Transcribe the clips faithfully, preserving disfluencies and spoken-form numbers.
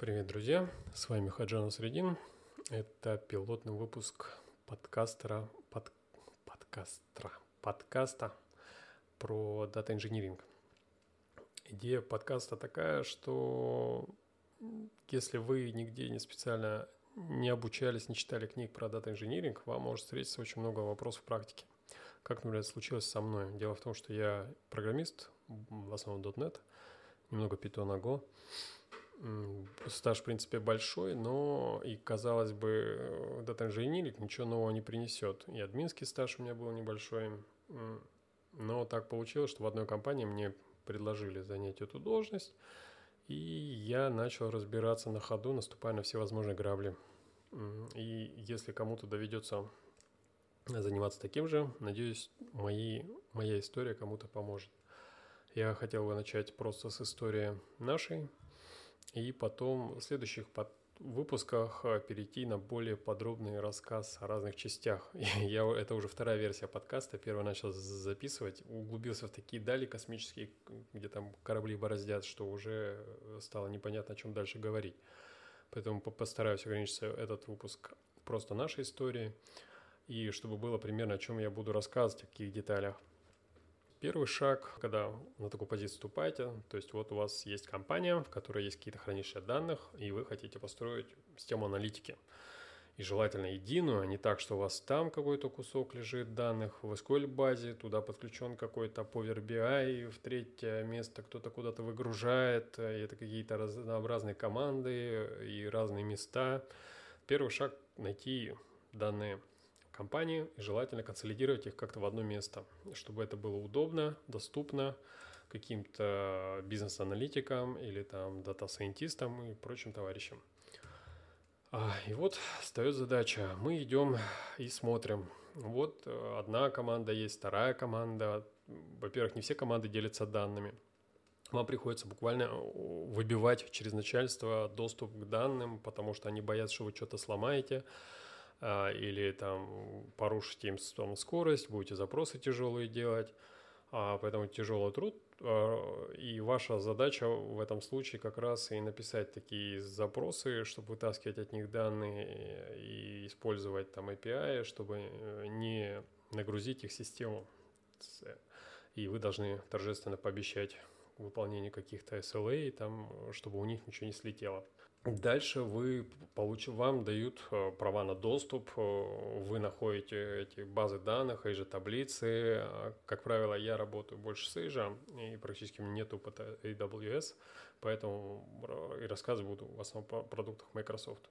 Привет, друзья! С вами Хаджан Насреддин. Это пилотный выпуск подкастера, под, подкастера, подкаста про дата-инжиниринг. Идея подкаста такая, что если вы нигде не специально не обучались, не читали книг про дата-инжиниринг, вам может встретиться очень много вопросов в практике. Как, например, это случилось со мной. Дело в том, что я программист, в основном .дот нет, немного Python, Go. Стаж, в принципе, большой, но и, казалось бы, дата-инжиниринг ничего нового не принесет. И админский стаж у меня был небольшой. Но так получилось, что в одной компании мне предложили занять эту должность, и я начал разбираться на ходу, наступая на всевозможные грабли. И если кому-то доведется заниматься таким же, надеюсь, мои, моя история кому-то поможет. Я хотел бы начать просто с истории нашей, и потом в следующих под выпусках перейти на более подробный рассказ о разных частях. Я, это уже вторая версия подкаста. Первый начал записывать, углубился в такие дали космические, где там корабли бороздят, что уже стало непонятно, о чем дальше говорить. Поэтому постараюсь ограничиться этот выпуск просто нашей историей. И чтобы было примерно, о чем я буду рассказывать, о каких деталях. Первый шаг, когда на такую позицию вступаете, то есть вот у вас есть компания, в которой есть какие-то хранилища данных, и вы хотите построить систему аналитики. И желательно единую, а не так, что у вас там какой-то кусок лежит данных в эс ку эль-базе, туда подключен какой-то Power би ай, в третье место кто-то куда-то выгружает, и это какие-то разнообразные команды и разные места. Первый шаг – найти данные компании и желательно консолидировать их как-то в одно место, чтобы это было удобно, доступно каким-то бизнес-аналитикам или там дата-сайентистам и прочим товарищам. А, и вот встает задача. Мы идем и смотрим. Вот одна команда есть, вторая команда. Во-первых, не все команды делятся данными. Вам приходится буквально выбивать через начальство доступ к данным, потому что они боятся, что вы что-то сломаете, или там порушите им там скорость, будете запросы тяжелые делать, а, поэтому тяжелый труд, а, и ваша задача в этом случае как раз и написать такие запросы, чтобы вытаскивать от них данные и использовать там эй пи ай, чтобы не нагрузить их систему, и вы должны торжественно пообещать выполнение каких-то эс эл эй, там, чтобы у них ничего не слетело. Дальше вы получ... вам дают права на доступ, вы находите эти базы данных, Azure таблицы. Как правило, я работаю больше с Azure, и практически нет опыта эй дабл ю эс, поэтому и рассказываю буду в основном о продуктах Microsoft.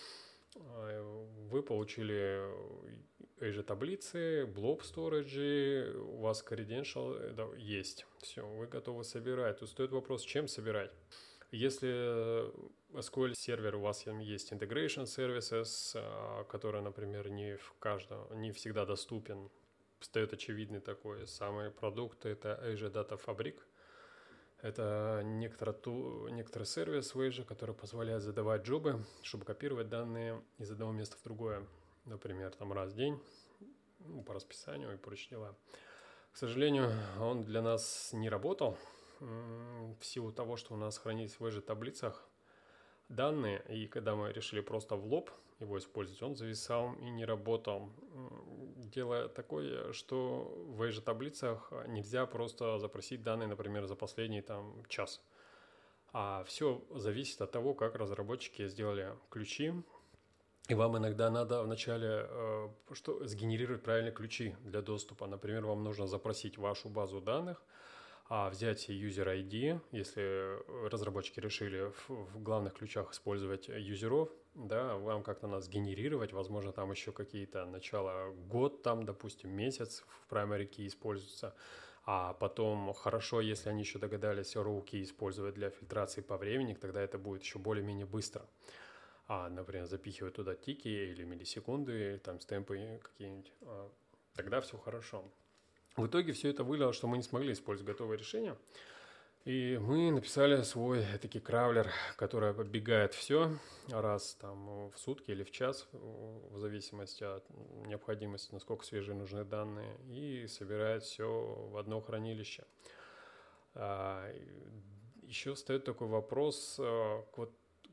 Вы получили Azure таблицы, Blob Storage, у вас Credential да, есть. Все, вы готовы собирать. Тут стоит вопрос, чем собирать. Если эс ку эль-сервер у вас есть Integration Services, который, например, не, в каждом, не всегда доступен, встает очевидный такой самый продукт, это Azure Data Fabric. Это некоторый, ту, некоторый сервис в Azure, который позволяет задавать джобы, чтобы копировать данные из одного места в другое. Например, там раз в день, ну, по расписанию и прочие дела. К сожалению, он для нас не работал. В силу того, что у нас хранились в Azure таблицах данные, и когда мы решили просто в лоб его использовать, он зависал и не работал. Дело такое, что в Azure таблицах нельзя просто запросить данные, например, за последний там час. А все зависит от того, как разработчики сделали ключи. И вам иногда надо вначале э, что, сгенерировать правильные ключи для доступа. Например, вам нужно запросить вашу базу данных, а взять user ай ди, если разработчики решили в, в главных ключах использовать юзеров, да, вам как-то надо сгенерировать, возможно, там еще какие-то начало год, там, допустим, месяц в primary key используются, а потом хорошо, если они еще догадались row key использовать для фильтрации по времени, тогда это будет еще более-менее быстро. А, например, запихивать туда тики или миллисекунды, там стемпы какие-нибудь, а, тогда все хорошо. В итоге все это вылило, что мы не смогли использовать готовое решение. И мы написали свой таки кравлер, который оббегает все раз там в сутки или в час, в зависимости от необходимости, насколько свежие нужны данные, и собирает все в одно хранилище. Еще встает такой вопрос, вот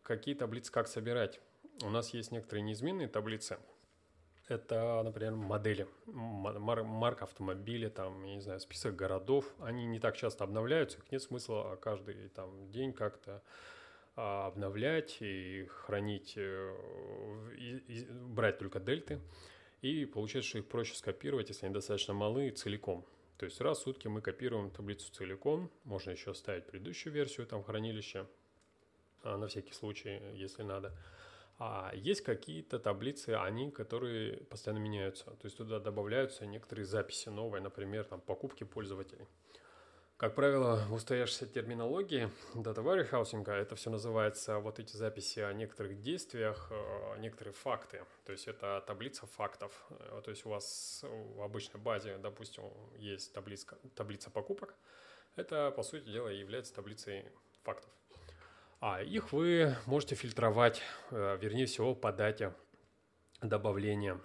какие таблицы как собирать? У нас есть некоторые неизменные таблицы. Это, например, модели, мар- марка автомобиля, там, я не знаю, список городов. Они не так часто обновляются, их нет смысла каждый там, день как-то а, обновлять и хранить, э, и, и брать только дельты. И получается, что их проще скопировать, если они достаточно малы, целиком. То есть раз в сутки мы копируем таблицу целиком. Можно еще ставить предыдущую версию там в хранилище, а, на всякий случай, если надо. А есть какие-то таблицы, они, которые постоянно меняются. То есть туда добавляются некоторые записи новые, например, там, покупки пользователей. Как правило, в устоявшейся терминологии дата warehousing это все называется вот эти записи о некоторых действиях, некоторые факты. То есть это таблица фактов. То есть у вас в обычной базе, допустим, есть таблица, таблица покупок. Это, по сути дела, является таблицей фактов. А их вы можете фильтровать, вернее всего, по дате добавления.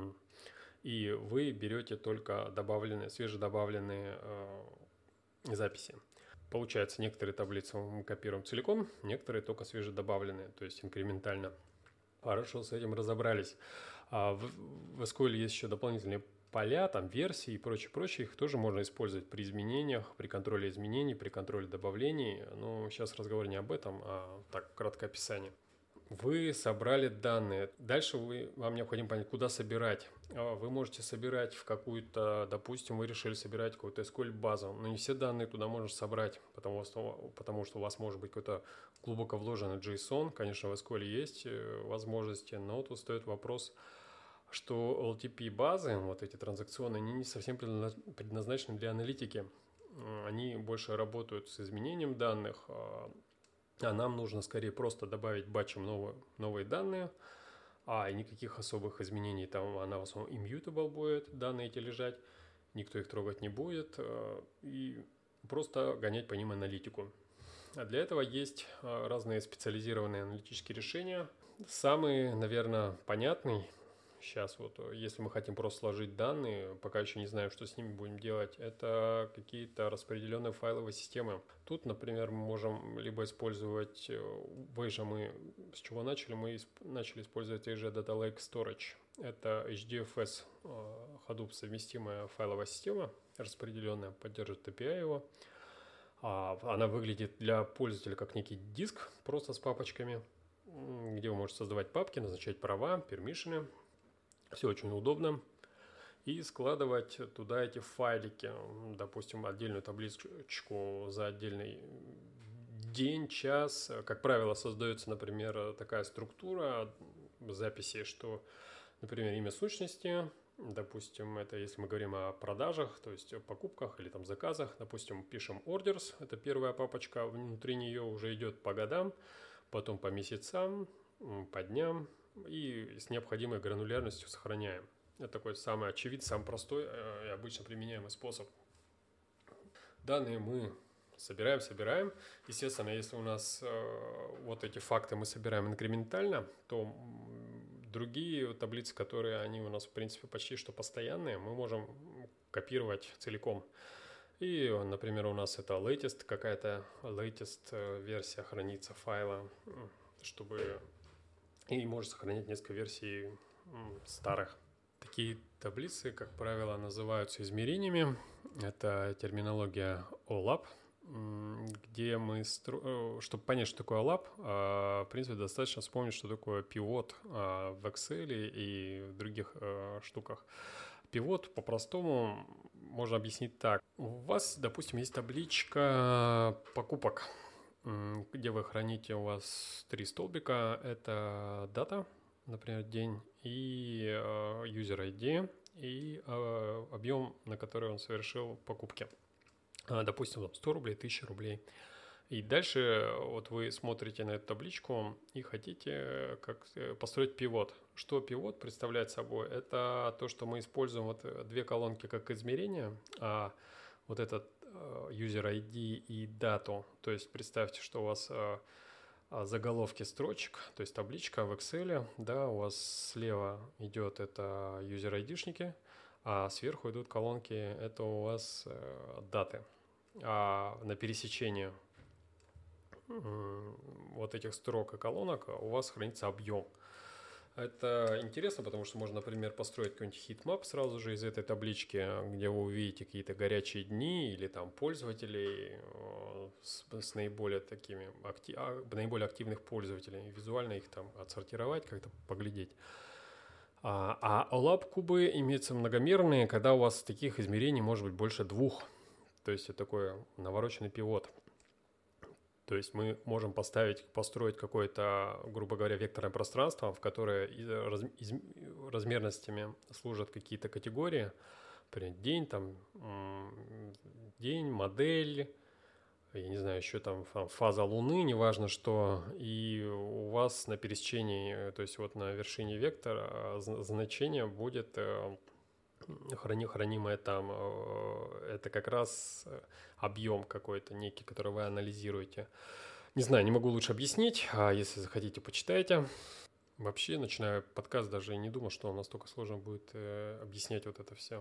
И вы берете только добавленные, свежедобавленные записи. Получается, некоторые таблицы мы копируем целиком, некоторые только свежедобавленные, то есть инкрементально. Хорошо, с этим разобрались. А в, в эс ку эль есть еще дополнительные поля, там версии и прочее, прочее. Их тоже можно использовать при изменениях, при контроле изменений, при контроле добавлений. Но сейчас разговор не об этом, а так, краткое описание. Вы собрали данные. Дальше вы, вам необходимо понять, куда собирать. Вы можете собирать в какую-то, допустим, вы решили собирать какую-то эс ку эль-базу, но не все данные туда можно собрать, потому что, потому что у вас может быть какой-то глубоко вложенный джейсон. Конечно, в эс ку эль есть возможности, но тут стоит вопрос, что эл ти пи-базы, вот эти транзакционные, они не совсем предназначены для аналитики. Они больше работают с изменением данных, а нам нужно скорее просто добавить батчем новые, новые данные, а никаких особых изменений там, она в основном immutable будет, данные эти лежать, никто их трогать не будет, и просто гонять по ним аналитику. А для этого есть разные специализированные аналитические решения. Самый, наверное, понятный сейчас, вот, если мы хотим просто сложить данные, пока еще не знаем, что с ними будем делать, это какие-то распределенные файловые системы. Тут, например, мы можем либо использовать, в Azure мы с чего начали? Мы начали использовать Azure Data Lake Storage. Это эйч ди эф эс, Hadoop совместимая файловая система, распределенная, поддерживает эй пи ай его. Она выглядит для пользователя как некий диск, просто с папочками, где вы можете создавать папки, назначать права, пермишины. Все очень удобно. И складывать туда эти файлики, допустим, отдельную табличку за отдельный день, час. Как правило, создается, например, такая структура записи, что, например, имя сущности, допустим, это если мы говорим о продажах, то есть о покупках или там заказах, допустим, пишем orders, это первая папочка, внутри нее уже идет по годам, потом по месяцам, по дням, и с необходимой гранулярностью сохраняем. Это такой самый очевидный, самый простой и обычно применяемый способ. Данные мы собираем, собираем. Естественно, если у нас вот эти факты мы собираем инкрементально, то другие таблицы, которые они у нас в принципе почти что постоянные, мы можем копировать целиком. И, например, у нас это latest, какая-то latest версия хранится файла, чтобы... И может сохранять несколько версий старых. Такие таблицы, как правило, называются измерениями. Это терминология о лаб, где мы, стро... чтобы понять, что такое лаб, в принципе, достаточно вспомнить, что такое пивот в Excel и в других штуках. Пивот по-простому можно объяснить так. У вас, допустим, есть табличка покупок, где вы храните, у вас три столбика, это дата, например, день, и э, user ай ди, и э, объем, на который он совершил покупки. А, допустим, сто рублей, тысяча рублей. И дальше вот вы смотрите на эту табличку и хотите как построить пивот. Что пивот представляет собой? Это то, что мы используем вот две колонки как измерение, а вот этот user ай ди и дату. То есть представьте, что у вас заголовки строчек, то есть табличка в Excel, да, у вас слева идет это user ай ди-шники, а сверху идут колонки, это у вас даты. А на пересечении вот этих строк и колонок у вас хранится объем. Это интересно, потому что можно, например, построить какой-нибудь хитмап сразу же из этой таблички, где вы увидите какие-то горячие дни или там пользователей с, с наиболее такими актив, наиболее активных пользователей, визуально их там отсортировать, как-то поглядеть. А, а лаб-кубы имеются многомерные, когда у вас таких измерений может быть больше двух. То есть это такой навороченный пивот. То есть мы можем поставить, построить какое-то, грубо говоря, векторное пространство, в которое раз, из, размерностями служат какие-то категории. Например, день, там, день, модель, я не знаю, еще там фаза Луны, неважно что. И у вас на пересечении, то есть вот на вершине вектора значение будет храни, хранимое там, это как раз объем какой-то некий, который вы анализируете. Не знаю, не могу лучше объяснить, а если захотите, почитайте. Вообще, начиная подкаст, даже и не думал, что он настолько сложно будет э, объяснять вот это все.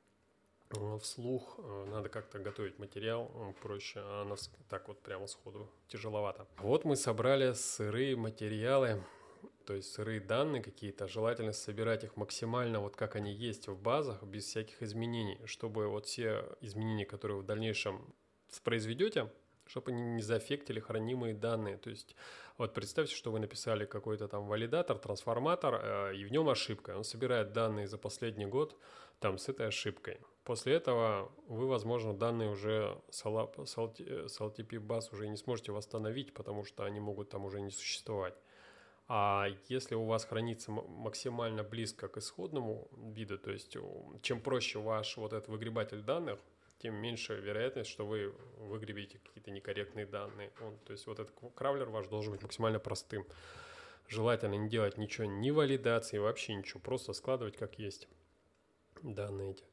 Вслух надо как-то готовить материал проще, а нас так вот прямо сходу тяжеловато. Вот мы собрали сырые материалы, то есть сырые данные какие-то, желательно собирать их максимально вот как они есть в базах, без всяких изменений, чтобы вот все изменения, которые вы в дальнейшем произведете, чтобы они не заэффектили хранимые данные. То есть вот представьте, что вы написали какой-то там валидатор, трансформатор, и в нем ошибка. Он собирает данные за последний год там с этой ошибкой. После этого вы, возможно, данные уже с эл ти пи-баз уже не сможете восстановить, потому что они могут там уже не существовать. А если у вас хранится максимально близко к исходному виду, то есть чем проще ваш вот этот выгребатель данных, тем меньше вероятность, что вы выгребете какие-то некорректные данные. Он, то есть вот этот кравлер ваш должен быть максимально простым. Желательно не делать ничего, ни валидации, вообще ничего, просто складывать как есть данные эти.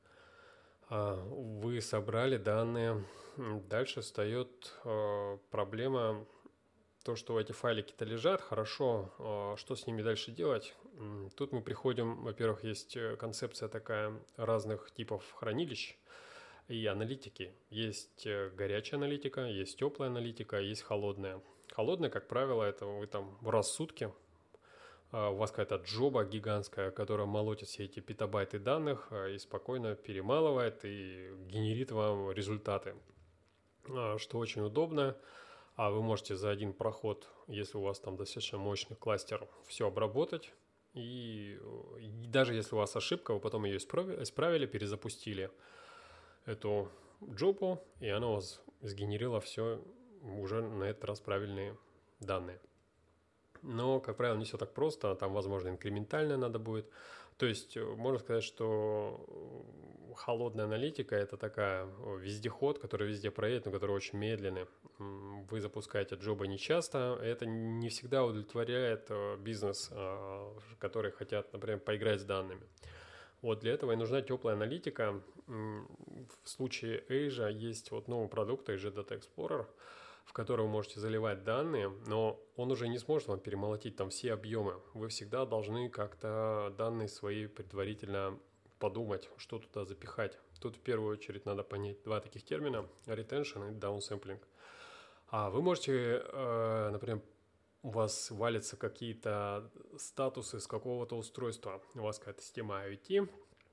Вы собрали данные, дальше встает проблема. То, что эти файлики-то лежат, хорошо, что с ними дальше делать? Тут мы приходим, во-первых, есть концепция такая разных типов хранилищ и аналитики. Есть горячая аналитика, есть теплая аналитика, есть холодная. Холодная, как правило, это вы там в раз в сутки, у вас какая-то джоба гигантская, которая молотит все эти петабайты данных и спокойно перемалывает и генерит вам результаты, что очень удобно. А вы можете за один проход, если у вас там достаточно мощный кластер, все обработать. И, и даже если у вас ошибка, вы потом ее исправили, исправили, перезапустили эту джобу, и она у вас сгенерила все уже на этот раз правильные данные. Но, как правило, не все так просто, там, возможно, инкрементально надо будет. То есть, можно сказать, что холодная аналитика – это такая вездеход, который везде проедет, но который очень медленный. Вы запускаете джобы нечасто, это не всегда удовлетворяет бизнес, который хотят, например, поиграть с данными. Вот для этого и нужна теплая аналитика. В случае Azure есть вот новый продукт Azure Data Explorer, в который вы можете заливать данные, но он уже не сможет вам перемолотить там все объемы. Вы всегда должны как-то данные свои предварительно подумать, что туда запихать. Тут в первую очередь надо понять два таких термина – retention и downsampling. А вы можете, например, у вас валятся какие-то статусы с какого-то устройства, у вас какая-то система IoT,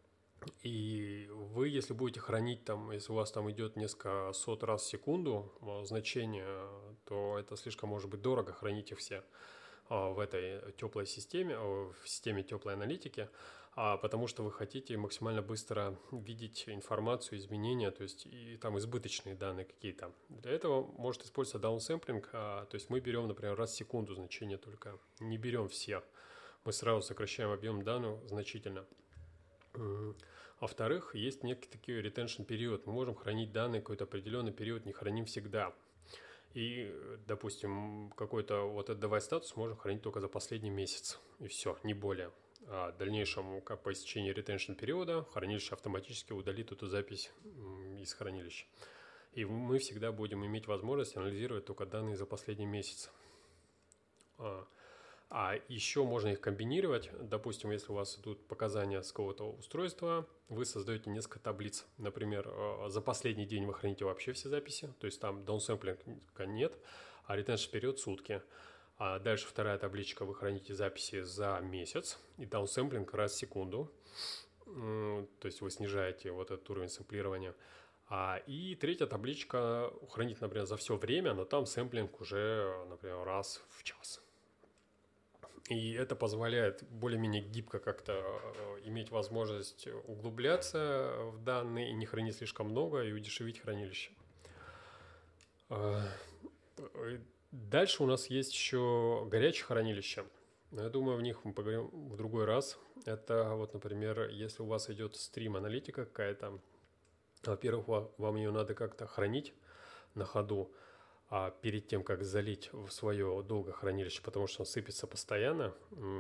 и вы, если будете хранить там, если у вас там идет несколько сот раз в секунду значение, то это слишком может быть дорого хранить их все в этой теплой системе, в системе теплой аналитики, потому что вы хотите максимально быстро видеть информацию, изменения, то есть и там избыточные данные какие-то. Для этого может использоваться даунсэмплинг, то есть мы берем, например, раз в секунду значение только, не берем все, мы сразу сокращаем объем данных значительно. Во-вторых, есть некий такой retention период. Мы можем хранить данные какой-то определенный период, не храним всегда. И, допустим, какой-то вот этот device статус можем хранить только за последний месяц. И все, не более. А в дальнейшем, как по истечении retention периода, хранилище автоматически удалит эту запись из хранилища. И мы всегда будем иметь возможность анализировать только данные за последний месяц. А еще можно их комбинировать. Допустим, если у вас идут показания с какого-то устройства, вы создаете несколько таблиц. Например, за последний день вы храните вообще все записи, то есть там даунсэмплинга нет. а retention период сутки. А дальше вторая табличка, вы храните записи за месяц, и даунсэмплинг раз в секунду, то есть вы снижаете вот этот уровень сэмплирования. А, и третья табличка хранит, например, за все время, но там сэмплинг уже, например, раз в час. И это позволяет более-менее гибко как-то иметь возможность углубляться в данные и не хранить слишком много, и удешевить хранилище. Дальше у нас есть еще горячее хранилище. Но я думаю, в них мы поговорим в другой раз. Это вот, например, если у вас идет стрим-аналитика какая-то, во-первых, вам ее надо как-то хранить на ходу, а перед тем, как залить в свое долгое хранилище, потому что он сыпется постоянно,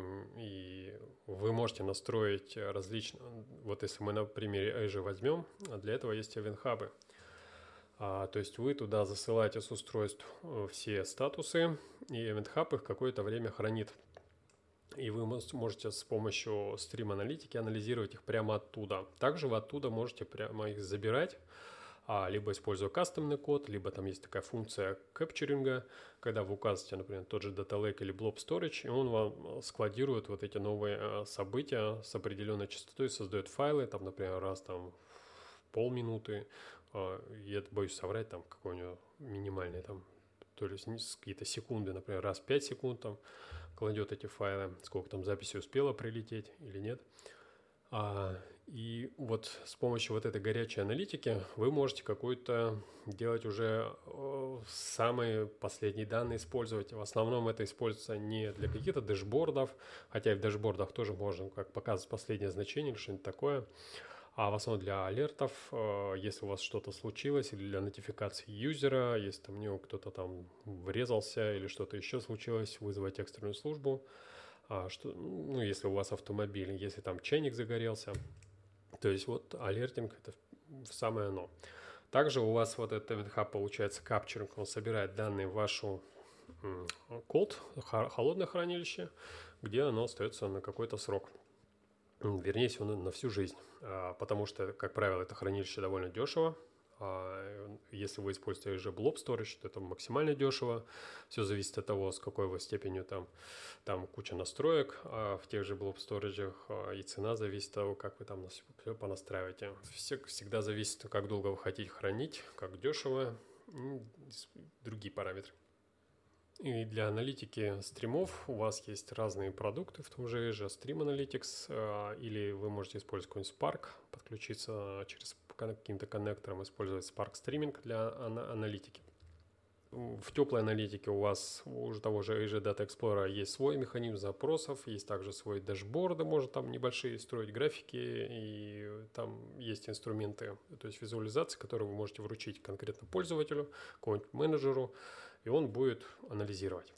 и вы можете настроить различные... Вот если мы на примере Azure возьмем, для этого есть event-хабы. А, то есть вы туда засылаете с устройств все статусы, и event-хаб их какое-то время хранит. И вы можете с помощью стрим-аналитики анализировать их прямо оттуда. Также вы оттуда можете прямо их забирать, а, либо используя кастомный код, либо там есть такая функция кэпчеринга, когда вы указываете, например, тот же Data Lake или Blob Storage, и он вам складирует вот эти новые события с определенной частотой, создает файлы, там, например, раз там в полминуты, я боюсь соврать, там какой у него минимальный, там, то есть какие-то секунды, например, раз в пять секунд там кладет эти файлы, сколько там записи успело прилететь или нет. А, и вот с помощью вот этой горячей аналитики вы можете какой-то делать уже о, самые последние данные использовать. В основном это используется не для каких-то дэшбордов, хотя и в дэшбордах тоже можно как показывать последнее значение или что-нибудь такое, а в основном для алертов, если у вас что-то случилось, или для нотификации юзера, если там у него кто-то там врезался или что-то еще случилось, вызвать экстренную службу. А что, ну, если у вас автомобиль, если там чайник загорелся, то есть вот алертинг – это самое оно. Также у вас вот этот event-хаб получается капчеринг, он собирает данные в вашу cold, холодное хранилище, где оно остается на какой-то срок. Вернее всего, на всю жизнь, потому что, как правило, это хранилище довольно дешево. Если вы используете же Blob Storage, то это максимально дешево. Все зависит от того, с какой вы степенью там, там куча настроек в тех же Blob Storage, и цена зависит от того, как вы там все понастраиваете. Все, всегда зависит, как долго вы хотите хранить, как дешево, и другие параметры. И для аналитики стримов у вас есть разные продукты в том же Azure Stream Analytics, или вы можете использовать какой-нибудь Spark, подключиться через каким-то коннектором, использовать Spark Streaming для аналитики. В теплой аналитике у вас уже того же Azure Data Explorer есть свой механизм запросов, есть также свой дашборды, можно там небольшие строить графики, и там есть инструменты, то есть визуализации, которые вы можете вручить конкретно пользователю, какому-нибудь менеджеру, и он будет анализировать.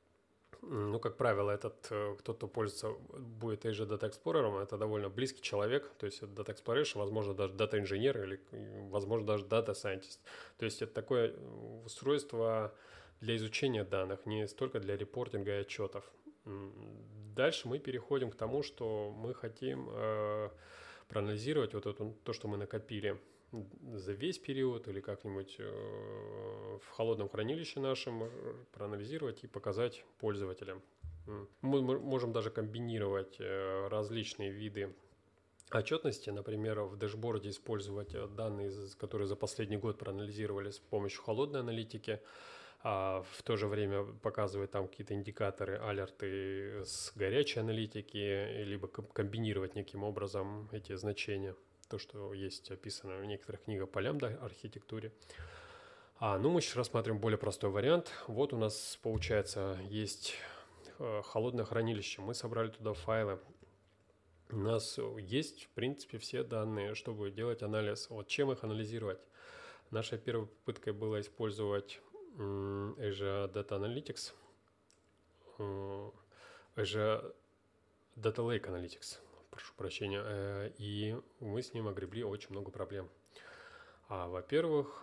Ну, как правило, этот кто-то пользуется будет Azure Data Explorer, это довольно близкий человек, то есть это Data Exploration, возможно, даже Data Engineer или, возможно, даже Data Scientist. То есть это такое устройство для изучения данных, не столько для репортинга и отчетов. Дальше мы переходим к тому, что мы хотим э, проанализировать вот это, то, что мы накопили за весь период или как-нибудь в холодном хранилище нашем проанализировать и показать пользователям. Мы можем даже комбинировать различные виды отчетности, например, в дэшборде использовать данные, которые за последний год проанализировали с помощью холодной аналитики, а в то же время показывать там какие-то индикаторы, алерты с горячей аналитики, либо комбинировать неким образом эти значения. То, что есть описано в некоторых книгах по лямбда-архитектуре. А, ну, мы сейчас рассмотрим более простой вариант. Вот у нас, получается, есть э, холодное хранилище. Мы собрали туда файлы. У нас есть, в принципе, все данные, чтобы делать анализ. Вот чем их анализировать? Наша первая попытка была использовать э, Azure Data Analytics, э, Azure Data Lake Analytics. Прошу прощения, и мы с ним огребли очень много проблем. А, во-первых,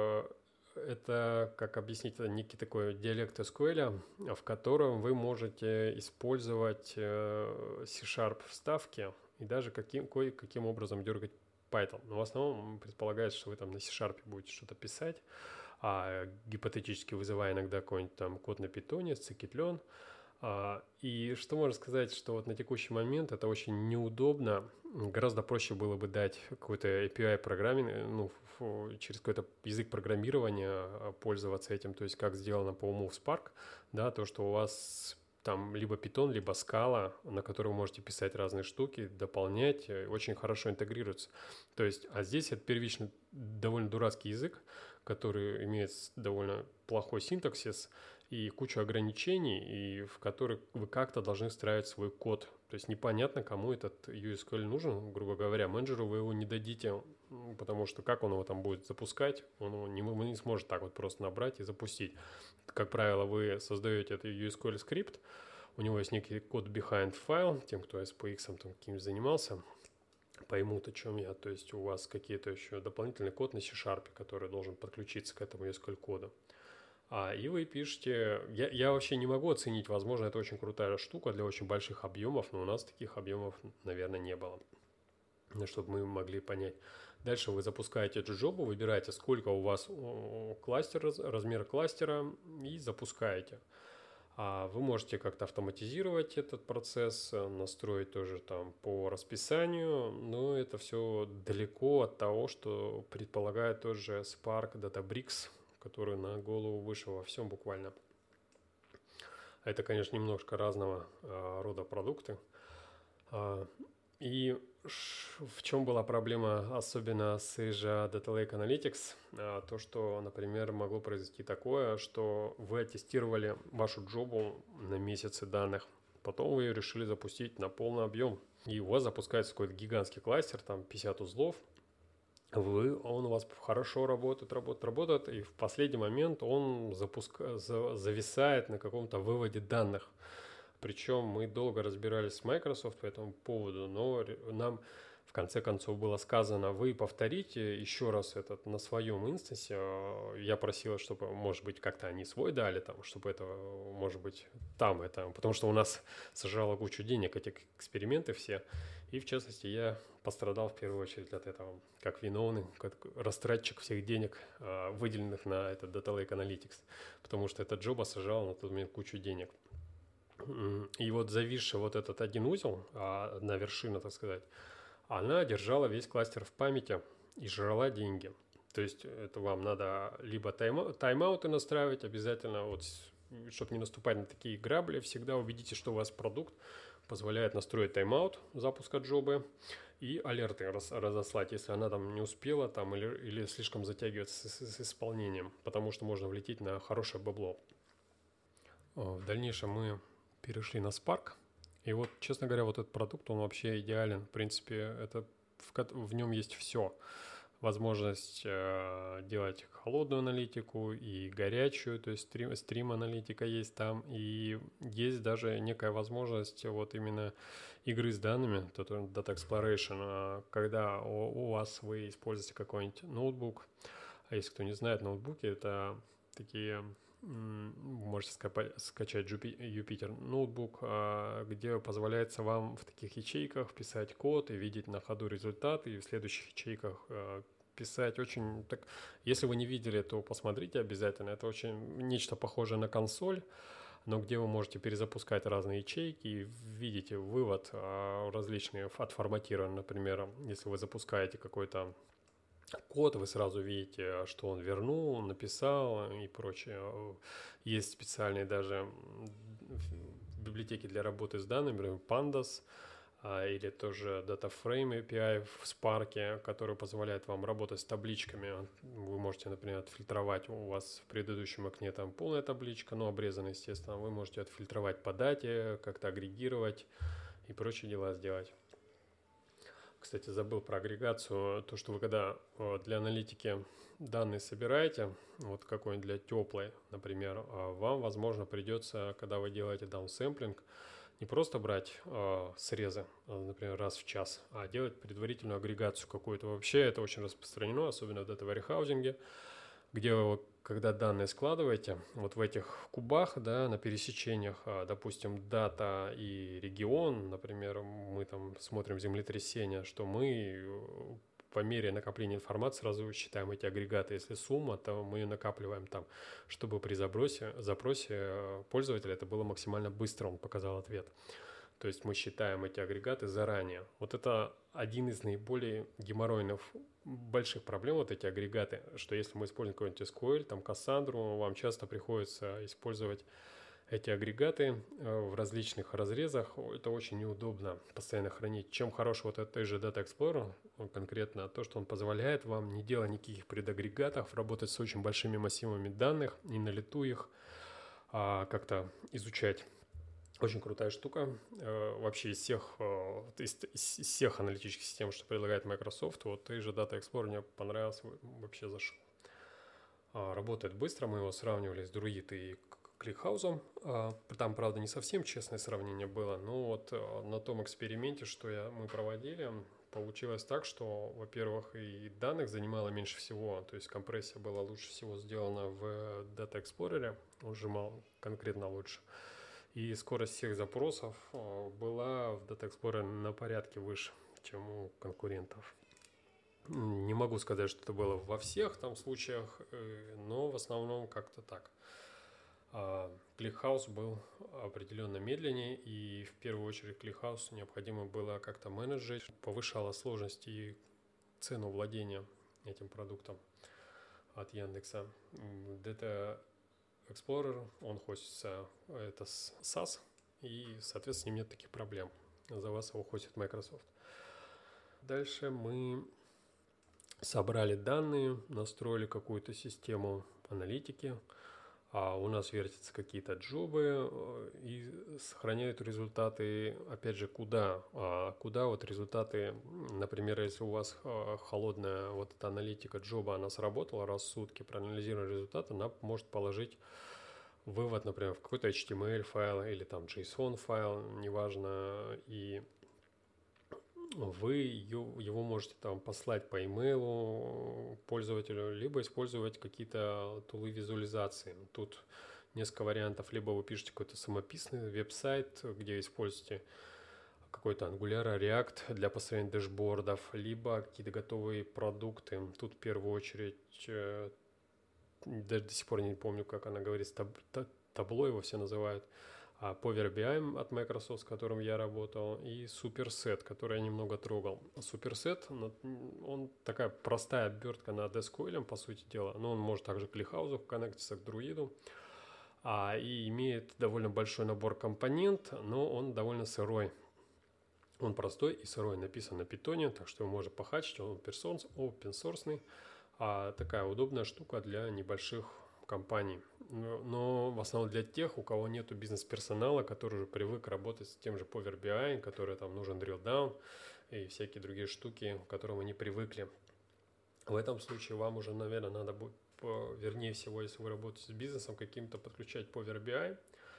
это, как объяснить, это некий такой диалект эс ку эль, в котором вы можете использовать C-Sharp вставки и даже каким, кое-каким образом дергать Python. Но в основном предполагается, что вы там на C-Sharp будете что-то писать, а гипотетически вызывая иногда какой-нибудь там код на питоне, scikit-learn. А, и что можно сказать, что вот на текущий момент это очень неудобно. Гораздо проще было бы дать какой-то эй пи ай программинг, ну, фу, через какой-то язык программирования пользоваться этим, то есть как сделано по уму в Spark, да, то, что у вас там либо Python, либо Scala, на которой вы можете писать разные штуки, дополнять, очень хорошо интегрируется. То есть, а здесь это первичный довольно дурацкий язык, который имеет довольно плохой синтаксис и кучу ограничений, и в которых вы как-то должны встраивать свой код. То есть непонятно, кому этот ю эс кью эль нужен, грубо говоря. Менеджеру вы его не дадите, потому что как он его там будет запускать, он его не, не сможет так вот просто набрать и запустить. Как правило, вы создаете этот ю эс кью эль скрипт, у него есть некий код behind файл, тем, кто эс пи икс там каким-нибудь занимался, поймут, о чем я. То есть у вас какие-то еще дополнительный код на C-Sharp, который должен подключиться к этому ю эс кью эль-коду. А, и вы пишете... Я, я вообще не могу оценить, возможно, это очень крутая штука для очень больших объемов, но у нас таких объемов, наверное, не было, чтобы мы могли понять. Дальше вы запускаете эту джобу, выбираете, сколько у вас кластер, размер кластера, и запускаете. А вы можете как-то автоматизировать этот процесс, настроить тоже там по расписанию, но это все далеко от того, что предполагает тот же Spark Databricks, который на голову выше во всем буквально. Это, конечно, немножко разного а, рода продукты. А, и в чем была проблема, особенно с Azure Data Lake Analytics, а, то, что, например, могло произойти такое, что вы оттестировали вашу джобу на месяцы данных, потом вы ее решили запустить на полный объем, и у вас запускается какой-то гигантский кластер, там пятьдесят узлов, Вы, он у вас хорошо работает, работает, работает, и в последний момент он запуск, за, зависает на каком-то выводе данных. Причем мы долго разбирались с Microsoft по этому поводу, но нам в конце концов было сказано, вы повторите еще раз этот на своем инстансе. Я просил, чтобы, может быть, как-то они свой дали, там, чтобы это, может быть, там это, потому что у нас сожрало кучу денег эти эксперименты все. И, в частности, я пострадал в первую очередь от этого, как виновный, как растратчик всех денег, выделенных на этот Data Lake Analytics, потому что эта джоба сожрала на тот момент кучу денег. И вот зависший вот этот один узел, одна вершина, так сказать, она держала весь кластер в памяти и жрала деньги. То есть это вам надо либо тайм, тайм-ауты настраивать обязательно, вот, чтобы не наступать на такие грабли, всегда убедитесь, что у вас продукт позволяет настроить тайм-аут запуска джобы и алерты раз, разослать, если она там не успела там, или, или слишком затягивается с, с, с исполнением, потому что можно влететь на хорошее бабло. В дальнейшем мы перешли на Spark. И вот, честно говоря, вот этот продукт, он вообще идеален. В принципе, это, в, в нем есть все. Возможность э, делать холодную аналитику и горячую, то есть стрим, стрим-аналитика есть там. И есть даже некая возможность вот именно игры с данными, Data Exploration, когда у, у вас вы используете какой-нибудь ноутбук. А если кто не знает, ноутбуки — это такие... Можете скачать Jupyter ноутбук, где позволяется вам в таких ячейках писать код и видеть на ходу результаты, и в следующих ячейках писать очень... Так, если вы не видели, то посмотрите обязательно. Это очень нечто похожее на консоль, но где вы можете перезапускать разные ячейки и видите вывод различный отформатирован. Например, если вы запускаете какой-то код, вы сразу видите, что он вернул, написал и прочее. Есть специальные даже библиотеки для работы с данными, например, Pandas, или тоже DataFrame эй пи ай в Spark, который позволяет вам работать с табличками. Вы можете, например, отфильтровать, у вас в предыдущем окне там полная табличка, но обрезана, естественно. Вы можете отфильтровать по дате, как-то агрегировать и прочие дела сделать. Кстати, забыл про агрегацию. То, что вы когда для аналитики данные собираете, вот какой-нибудь для теплой, например, вам, возможно, придется, когда вы делаете даунсэмплинг, не просто брать э, срезы, например, раз в час, а делать предварительную агрегацию какую-то. Вообще это очень распространено, особенно в дата-вэрхаузинге, где вы, когда данные складываете, вот в этих кубах, да, на пересечениях, допустим, дата и регион, например, мы там смотрим землетрясение, что мы по мере накопления информации сразу считаем эти агрегаты. Если сумма, то мы ее накапливаем там, чтобы при забросе, запросе пользователя это было максимально быстро, он показал ответ. То есть мы считаем эти агрегаты заранее. Вот это один из наиболее геморройных больших проблем, вот эти агрегаты, что если мы используем какой-нибудь эс ку эль, там Кассандру, вам часто приходится использовать эти агрегаты в различных разрезах. Это очень неудобно постоянно хранить. Чем хорош вот этот же Data Explorer, конкретно то, что он позволяет вам, не делая никаких предагрегатов, работать с очень большими массивами данных и на лету их а, как-то изучать. Очень крутая штука. Вообще из всех, из, из всех аналитических систем, что предлагает Microsoft, вот и же Data Explorer мне понравился, вообще зашел. Работает быстро, мы его сравнивали с Druid и ClickHouse. Там, правда, не совсем честное сравнение было, но вот на том эксперименте, что я, мы проводили, получилось так, что, во-первых, и данных занимало меньше всего, то есть компрессия была лучше всего сделана в Data Explorer, он сжимал конкретно лучше. И скорость всех запросов была в Data Explorer на порядке выше, чем у конкурентов. Не могу сказать, что это было во всех там случаях, но в основном как-то так. ClickHouse был определенно медленнее, и в первую очередь ClickHouse необходимо было как-то менеджить, повышала сложность и цену владения этим продуктом от Яндекса. Data Explorer, он хостится, это SaaS, и, соответственно, с ним нет таких проблем. За вас его хостит Microsoft. Дальше мы собрали данные, настроили какую-то систему аналитики, а у нас вертятся какие-то джобы и сохраняют результаты, опять же, куда? А куда вот результаты, например, если у вас холодная вот эта аналитика джоба, она сработала раз в сутки, проанализируя результаты, она может положить вывод, например, в какой-то эйч ти эм эль файл или там JSON файл, неважно, и вы его можете там послать по имейлу пользователю, либо использовать какие-то тулы визуализации. Тут несколько вариантов. Либо вы пишете какой-то самописный веб-сайт, где используете какой-то Angular, React для построения дэшбордов, либо какие-то готовые продукты. Тут в первую очередь, даже до сих пор не помню, как она говорится, табло его все называют. Power би ай от Microsoft, с которым я работал, и Superset, который я немного трогал. Superset, он такая простая обертка над эс ку эль, по сути дела, но он может также к ClickHouse коннектиться, к Druid, а, и имеет довольно большой набор компонент, но он довольно сырой. Он простой и сырой, написан на Python, так что его можно похачить, он open source, а такая удобная штука для небольших компаний, но в основном для тех, у кого нет бизнес-персонала, который уже привык работать с тем же Power би ай, который там нужен drill down и всякие другие штуки, к которым они привыкли. В этом случае вам уже, наверное, надо будет, вернее всего, если вы работаете с бизнесом, каким-то подключать Power би ай,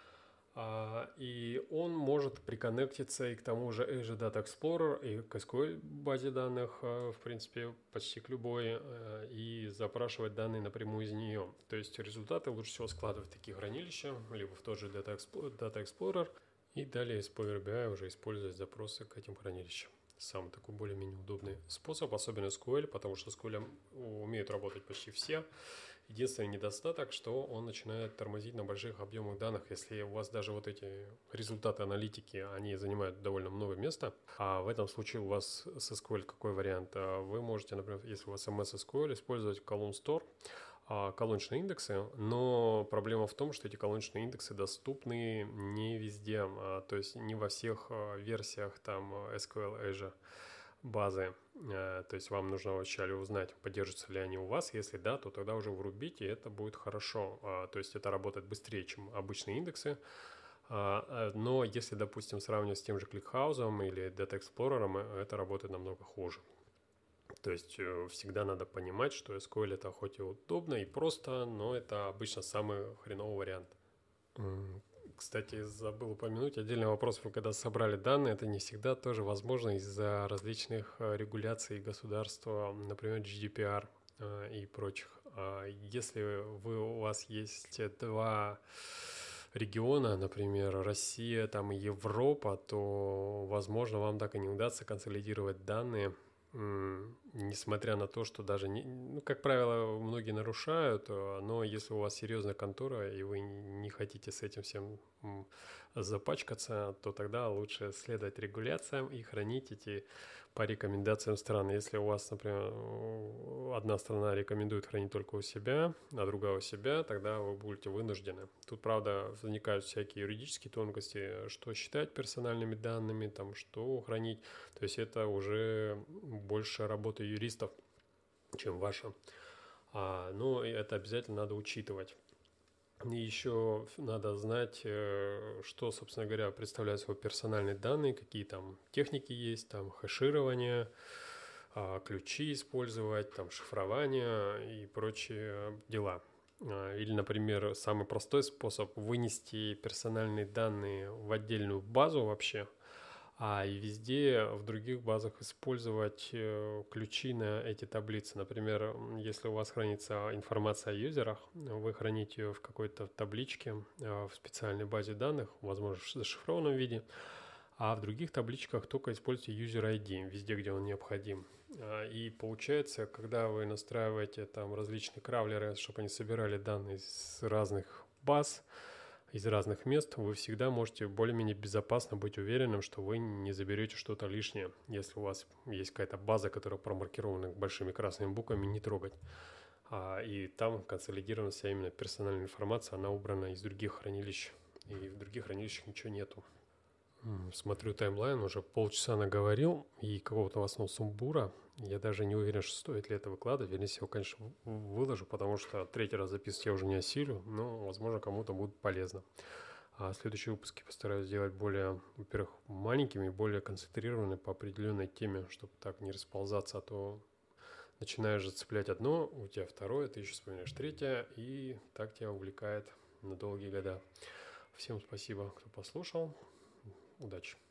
и он может приконнектиться и к тому же Azure Data Explorer, и к эс ку эль базе данных, в принципе, почти к любой, и запрашивать данные напрямую из нее. То есть результаты лучше всего складывать в такие хранилища, либо в тот же Data Explorer, и далее из Power би ай уже использовать запросы к этим хранилищам. Самый такой более-менее удобный способ, особенно эс ку эль, потому что с эс ку эль умеют работать почти все. Единственный недостаток, что он начинает тормозить на больших объемах данных, если у вас даже вот эти результаты аналитики, они занимают довольно много места, а в этом случае у вас с эс ку эль какой вариант? Вы можете, например, если у вас эм эс эс ку эль, использовать Column Store, колоночные индексы, но проблема в том, что эти колоночные индексы доступны не везде, то есть не во всех версиях там эс ку эль Azure базы, то есть вам нужно вначале узнать, поддержатся ли они у вас, если да, то тогда уже врубите, и это будет хорошо, то есть это работает быстрее, чем обычные индексы, но если, допустим, сравнивать с тем же ClickHouse или Data Explorer, это работает намного хуже. То есть всегда надо понимать, что эс ку эль это хоть и удобно и просто, но это обычно самый хреновый вариант. Кстати, забыл упомянуть отдельный вопрос. Вы когда собрали данные, это не всегда тоже возможно из-за различных регуляций государства, например, джи ди пи ар и прочих. Если вы, у вас есть два региона, например, Россия там, и Европа, то, возможно, вам так и не удастся консолидировать данные несмотря на то, что даже, не, ну, как правило, многие нарушают, но если у вас серьезная контора и вы не хотите с этим всем запачкаться, то тогда лучше следовать регуляциям и хранить эти по рекомендациям стран. Если у вас, например, одна страна рекомендует хранить только у себя, а другая у себя, тогда вы будете вынуждены. Тут, правда, возникают всякие юридические тонкости, что считать персональными данными, там, что хранить. То есть это уже больше работа юристов, чем ваша. А, но это обязательно надо учитывать. И еще надо знать, что, собственно говоря, представляют собой персональные данные, какие там техники есть, там хэширование, ключи использовать, там шифрование и прочие дела. Или, например, самый простой способ вынести персональные данные в отдельную базу вообще, а и везде в других базах использовать ключи на эти таблицы. Например, если у вас хранится информация о юзерах, вы храните ее в какой-то табличке в специальной базе данных, возможно, в зашифрованном виде, а в других табличках только используйте user ай ди везде, где он необходим. И получается, когда вы настраиваете там различные кравлеры, чтобы они собирали данные с разных баз, из разных мест, вы всегда можете более-менее безопасно быть уверенным, что вы не заберете что-то лишнее. Если у вас есть какая-то база, которая промаркирована большими красными буквами, не трогать. А, и там консолидирована вся именно персональная информация, она убрана из других хранилищ, и в других хранилищах ничего нету. Смотрю таймлайн, уже полчаса наговорил, и какого-то у вас ну, сумбура. Я даже не уверен, что стоит ли это выкладывать. Вернее всего, конечно, выложу, потому что третий раз записывать я уже не осилю, но, возможно, кому-то будет полезно. А следующие выпуски постараюсь сделать более, во-первых, маленькими, более концентрированными по определенной теме, чтобы так не расползаться, а то начинаешь зацеплять одно, у тебя второе, ты еще вспоминаешь третье, и так тебя увлекает на долгие года. Всем спасибо, кто послушал. Удачи!